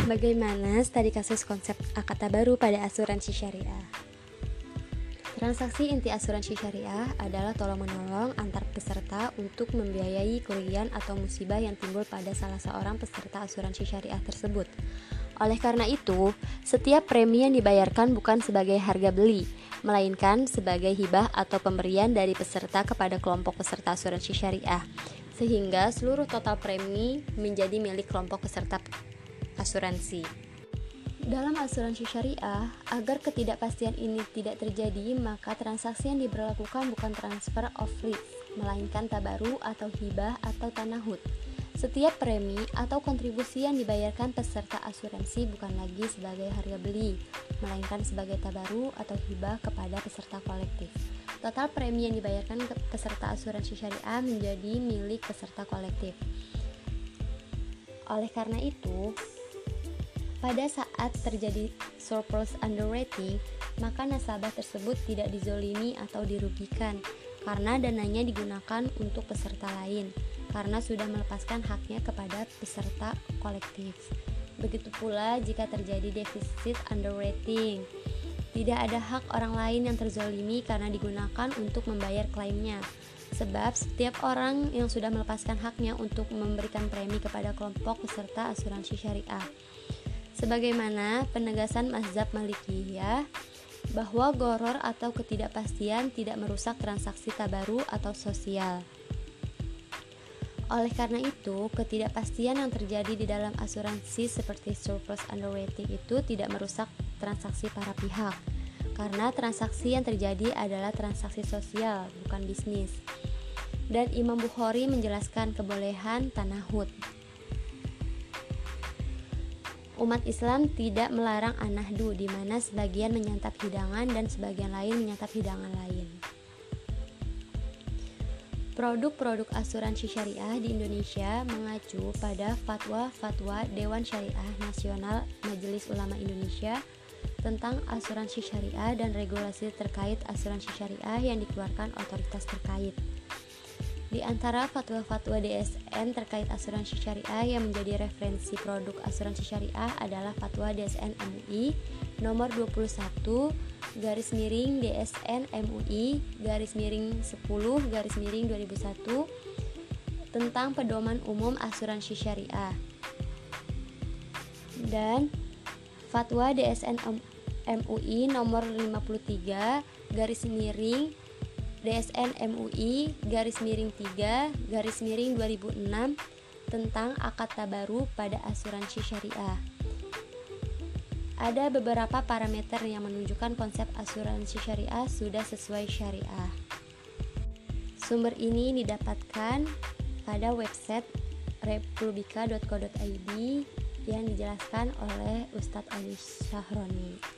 Bagaimana studi kasus konsep akad tabaru pada asuransi syariah? Transaksi inti asuransi syariah adalah tolong-menolong antar peserta untuk membiayai kerugian atau musibah yang timbul pada salah seorang peserta asuransi syariah tersebut. Oleh karena itu, setiap premi yang dibayarkan bukan sebagai harga beli, melainkan sebagai hibah atau pemberian dari peserta kepada kelompok peserta asuransi syariah, sehingga seluruh total premi menjadi milik kelompok peserta asuransi. Dalam asuransi syariah, agar ketidakpastian ini tidak terjadi, maka transaksi yang diberlakukan bukan transfer of risk, melainkan tabaru atau hibah atau tanahud. Setiap premi atau kontribusi yang dibayarkan peserta asuransi bukan lagi sebagai harga beli, melainkan sebagai tabaru atau hibah kepada peserta kolektif. Total premi yang dibayarkan ke peserta asuransi syariah menjadi milik peserta kolektif. Oleh karena itu, pada saat terjadi surplus underwriting, maka nasabah tersebut tidak dizolimi atau dirugikan karena dananya digunakan untuk peserta lain, karena sudah melepaskan haknya kepada peserta kolektif. Begitu pula jika terjadi defisit underwriting, tidak ada hak orang lain yang terzolimi karena digunakan untuk membayar klaimnya, sebab setiap orang yang sudah melepaskan haknya untuk memberikan premi kepada kelompok peserta asuransi syariah. Sebagaimana penegasan mazhab Malikiyah bahwa gharar atau ketidakpastian tidak merusak transaksi tabaru atau sosial. Oleh karena itu, ketidakpastian yang terjadi di dalam asuransi seperti surplus underwriting itu tidak merusak transaksi para pihak, karena transaksi yang terjadi adalah transaksi sosial, bukan bisnis. Dan Imam Bukhari menjelaskan kebolehan tanahud. Umat Islam tidak melarang an-nahdu, di mana sebagian menyantap hidangan dan sebagian lain menyantap hidangan lain. Produk-produk asuransi syariah di Indonesia mengacu pada fatwa-fatwa Dewan Syariah Nasional Majelis Ulama Indonesia tentang asuransi syariah dan regulasi terkait asuransi syariah yang dikeluarkan otoritas terkait. Di antara fatwa-fatwa DSN terkait asuransi syariah yang menjadi referensi produk asuransi syariah adalah fatwa DSN MUI nomor 21 DSN MUI _10 tentang pedoman umum asuransi syariah, dan fatwa DSN MUI nomor 53 DSN MUI _3 tentang akad tabaru pada asuransi syariah. Ada beberapa parameter yang menunjukkan konsep asuransi syariah sudah sesuai syariah. Sumber ini didapatkan pada website republika.co.id yang dijelaskan oleh Ustadz Ali Syahroni.